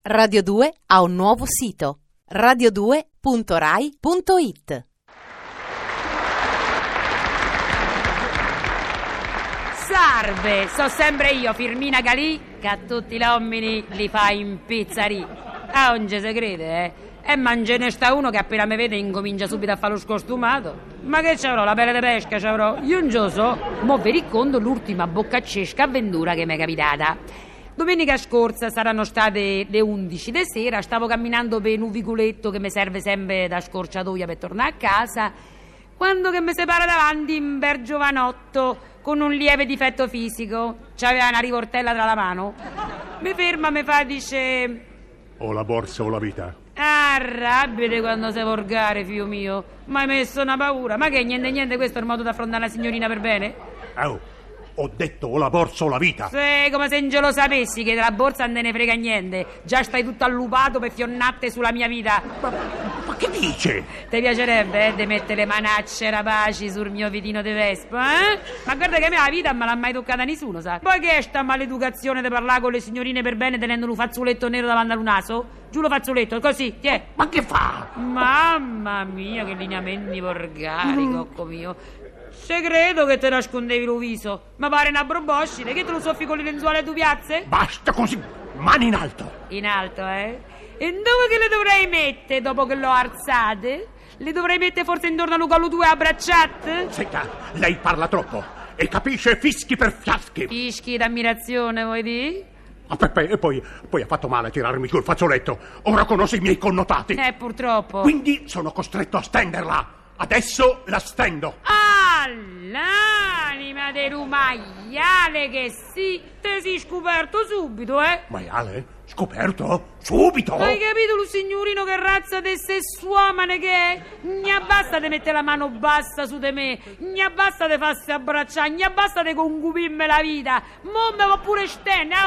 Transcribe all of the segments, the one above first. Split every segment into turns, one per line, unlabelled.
Radio 2 ha un nuovo sito: radio2.rai.it.
Salve, so sempre io, Firmina Galì, che a tutti gli uomini li fa in pizzeria. Ah, non ci si crede, E ce ne sta uno che appena mi vede incomincia subito a fare lo scostumato. Ma che c'avrò, la pelle di pesca c'avrò? Io non lo so. Mo vi racconto l'ultima boccaccesca avventura che mi è capitata. Domenica scorsa saranno state le 11 di sera, stavo camminando per un vicoletto che mi serve sempre da scorciatoia per tornare a casa, quando che mi separa davanti un bel giovanotto con un lieve difetto fisico. C'aveva una rivoltella tra la mano. Mi ferma, mi fa, dice:
o la borsa o la vita.
Arrabbiate quando sei volgare, figlio mio. Mi hai messo una paura. Ma che niente, questo è il modo di affrontare la signorina per bene?
Ho detto o la borsa o la vita.
Sì, come se non ce lo sapessi che della borsa non te ne frega niente. Già stai tutto allupato per fionnatte sulla mia vita.
Ma che dice?
Ti piacerebbe, di mettere le manacce rapaci sul mio vitino di Vespa, Ma guarda che a me la vita non me l'ha mai toccata nessuno, sa? Poi che è sta maleducazione di parlare con le signorine per bene tenendo un fazzoletto nero davanti al naso? Giù lo fazzoletto, così, tiè.
Ma che fa?
Mamma mia, che lineamenti volgari, cocco mio. Se credo che te nascondevi lo viso, ma pare una broboscide, che te lo soffi con le lenzuola a due piazze?
Basta così, mani in alto.
In alto, E dove che le dovrei mettere dopo che l'ho alzate? Le dovrei mettere forse intorno al collo tue abbracciate?
Senta, lei parla troppo e capisce fischi per fiaschi.
Fischi d'ammirazione, vuoi dire?
E poi ha fatto male a tirarmi giù il fazzoletto. Ora conosce i miei connotati.
Purtroppo.
Quindi sono costretto a stenderla. Adesso la stendo.
L'anima del maiale che sì, te sei scoperto subito,
Maiale? Scoperto? Subito?
Hai capito, lo signorino, che razza di sessuamane che è? Gna basta di mettere la mano bassa su di me, gna basta di farsi abbracciare, gna basta di concupirmi la vita. Mo me va pure stendere,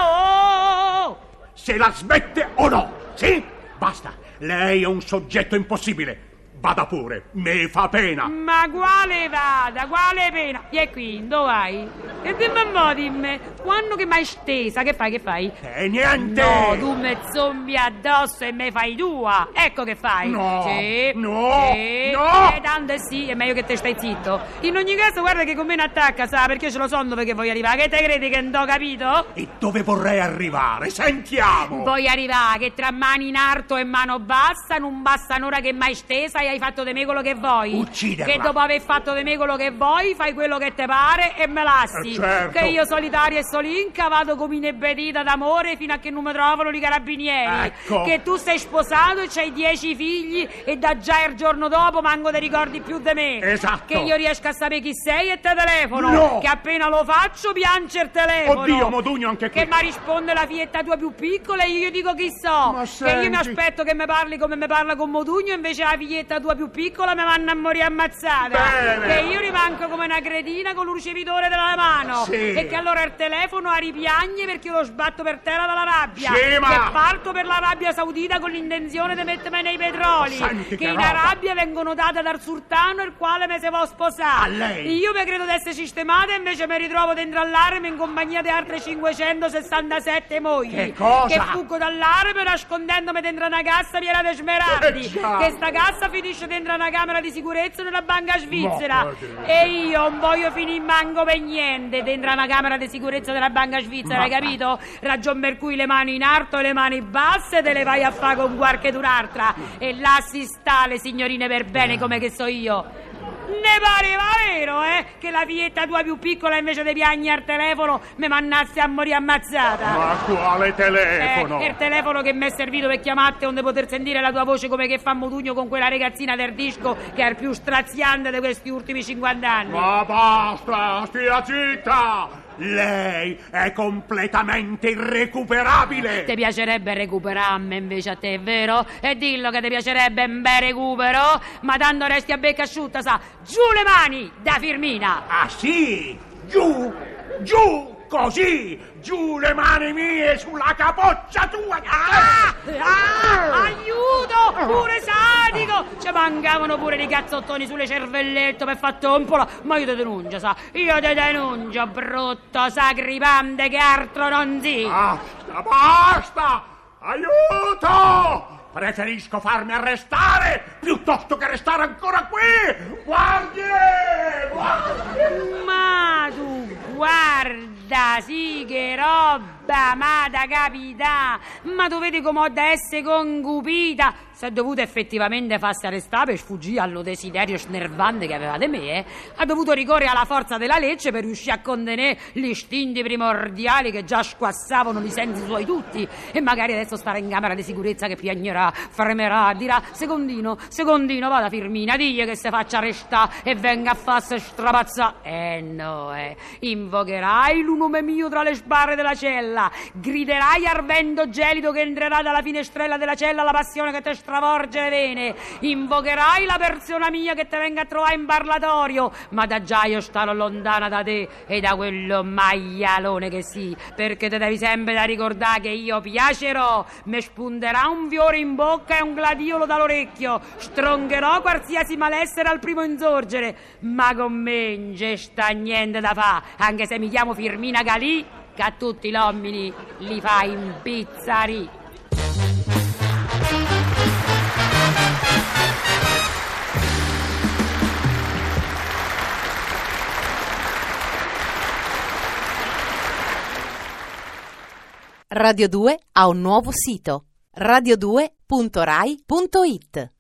Se la smette o no, sì? Basta, lei è un soggetto impossibile. Vada pure, me fa pena.
Ma quale vada? Quale pena? Vieni qui, dove vai? E dimmi, quando che m'hai stesa, che fai?
Niente!
No, tu me zombi addosso e me fai tua. Ecco che fai.
No,
sì,
no,
sì.
no.
Tanto sì, è meglio che te stai zitto. In ogni caso, guarda che con me ne attacca, sa, perché ce lo so dove che voglio arrivare. Che te credi che non t'ho capito?
E dove vorrei arrivare? Sentiamo!
Voglio arrivare che tra mani in alto e mano bassa non basta un'ora che m'hai stesa e hai fatto di me quello che vuoi.
Ucciderla.
Che dopo aver fatto di me quello che vuoi, fai quello che te pare e me lasci.
Certo.
Che io solitaria e solinca vado come inebetita d'amore fino a che non mi trovano i carabinieri.
Ecco.
Che tu sei sposato e c'hai 10 figli e da già il giorno dopo manco te ricordi più di me.
Esatto.
Che io riesco a sapere chi sei e te telefono.
No.
Che appena lo faccio piange il telefono.
Oddio, Modugno, anche qui.
Che mi risponde la figlietta tua più piccola e io dico chi so.
Ma
che io mi
senti.
aspetto che mi parli come mi parla con Modugno, invece la figlietta tua più piccola mi vanno a morire ammazzata.
Bene.
Che io rimango come una cretina con il ricevitore della mano.
Sì.
E che allora il telefono a ripiagne perché io lo sbatto per terra dalla rabbia.
Scema.
Che parto per l'Arabia Saudita con l'intenzione di mettermi nei petroli.
Senti che
in
roba.
Arabia vengono date dal sultano il quale mi si può sposare.
A lei.
Io mi credo di essere sistemata e invece mi ritrovo dentro all'arme in compagnia di altre 567 mogli.
Che cosa?
Che fuggo dall'arme nascondendomi dentro una cassa piena di smeraldi.
già.
Che sta cassa finisce dentro una camera di sicurezza nella banca svizzera.
Ma padre.
E io non voglio finire manco per niente dentro una camera di sicurezza della banca svizzera, hai capito? Ragion per cui le mani in alto e le mani basse te le vai a fare con qualche d'un'altra. E là si sta le signorine per bene come che so io. Ne pareva vero, che la figlietta tua più piccola invece di piagnere al telefono mi mannassi a morire ammazzata.
Ma quale telefono?
È il telefono che mi è servito per chiamarti onde poter sentire la tua voce come che fa Modugno con quella ragazzina del disco che è il più straziante di questi ultimi 50 anni.
Ma basta, stia zitta! Lei è completamente irrecuperabile!
Ti piacerebbe recuperarmi invece a te, vero? E dillo che ti piacerebbe un bel recupero, ma tanto resti a becca asciutta, sa? Giù le mani da Firmina!
Ah sì? Giù! Così! Giù le mani mie sulla capoccia tua!
Aiuto! Pure sadico! Ci mancavano pure i cazzottoni sulle cervelletto per far tompola, ma io ti denuncio, sa? Io ti denuncio, brutto sacripante che altro non si!
Basta! Aiuto! Preferisco farmi arrestare piuttosto che restare ancora qui! Guardie!
Ma tu guarda, sì che roba, ma da capità! Ma tu vedi come ho da essere concupita! Si è dovuto effettivamente farsi arrestare per sfuggire allo desiderio snervante che aveva di me, Ha dovuto ricorrere alla forza della legge per riuscire a contenere gli istinti primordiali che già squassavano i sensi suoi tutti. E magari adesso stare in camera di sicurezza che piagnerà, fremerà, dirà: secondino, vada Firmina, digli che si faccia arrestare e venga a farsi strapazzare. No, invocherai l'unume mio tra le sbarre della cella, griderai al vento gelido che entrerà dalla finestrella della cella la passione che te stravolge le vene, invocherai la persona mia che te venga a trovare in parlatorio, ma da già io starò lontana da te e da quello maialone che sì, perché te devi sempre da ricordare che io piacerò, mi spunterà un fiore in bocca e un gladiolo dall'orecchio, strongherò qualsiasi malessere al primo insorgere, ma con me non c'è sta niente da fa, anche se mi chiamo Firmina Galì, che a tutti gli uomini li fa impizzarì.
Radio 2 ha un nuovo sito: radio2.rai.it.